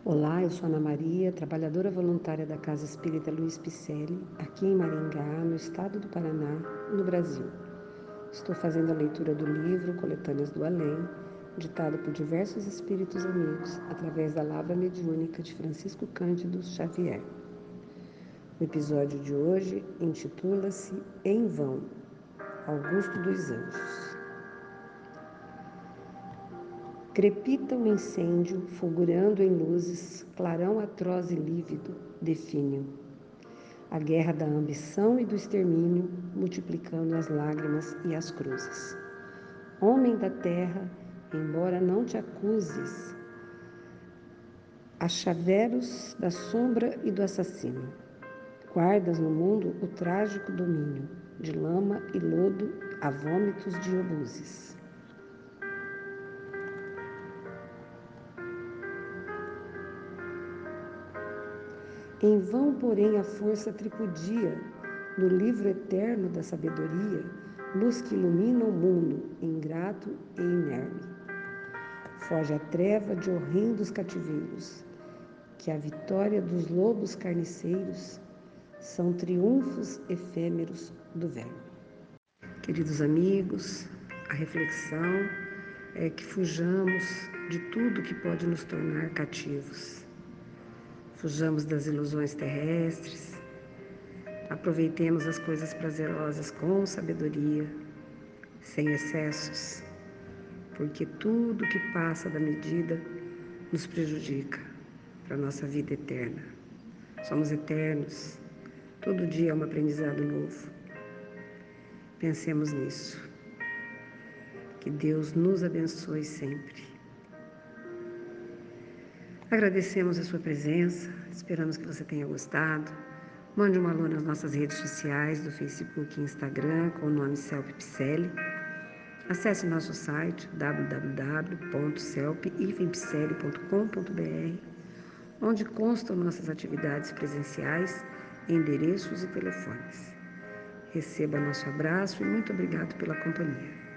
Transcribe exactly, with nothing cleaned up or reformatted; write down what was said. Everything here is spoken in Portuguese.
Olá, eu sou Ana Maria, trabalhadora voluntária da Casa Espírita Luiz Picelli, aqui em Maringá, no estado do Paraná, no Brasil. Estou fazendo a leitura do livro Coletâneas do Além, ditado por diversos espíritos amigos, através da Lavra Mediúnica de Francisco Cândido Xavier. O episódio de hoje intitula-se Em Vão, Augusto dos Anjos. Crepita o incêndio, fulgurando em luzes, clarão atroz e lívido, define-o. A guerra da ambição e do extermínio, multiplicando as lágrimas e as cruzes. Homem da terra, embora não te acuses, a chaveros da sombra e do assassino. Guardas no mundo o trágico domínio, de lama e lodo a vômitos de obuses. Em vão, porém, a força tripudia, no livro eterno da sabedoria, luz que ilumina o mundo, ingrato e inerme. Foge a treva de horrendos cativeiros, que a vitória dos lobos carniceiros são triunfos efêmeros do verme. Queridos amigos, a reflexão é que fujamos de tudo que pode nos tornar cativos. Fujamos das ilusões terrestres, aproveitemos as coisas prazerosas com sabedoria, sem excessos, porque tudo que passa da medida nos prejudica para a nossa vida eterna. Somos eternos, todo dia é um aprendizado novo. Pensemos nisso. Que Deus nos abençoe sempre. Agradecemos a sua presença, esperamos que você tenha gostado. Mande um alô nas nossas redes sociais, do Facebook e Instagram, com o nome Celpe Picelli. Acesse o nosso site w w w ponto celpe picelli ponto com ponto b r, onde constam nossas atividades presenciais, endereços e telefones. Receba nosso abraço e muito obrigado pela companhia.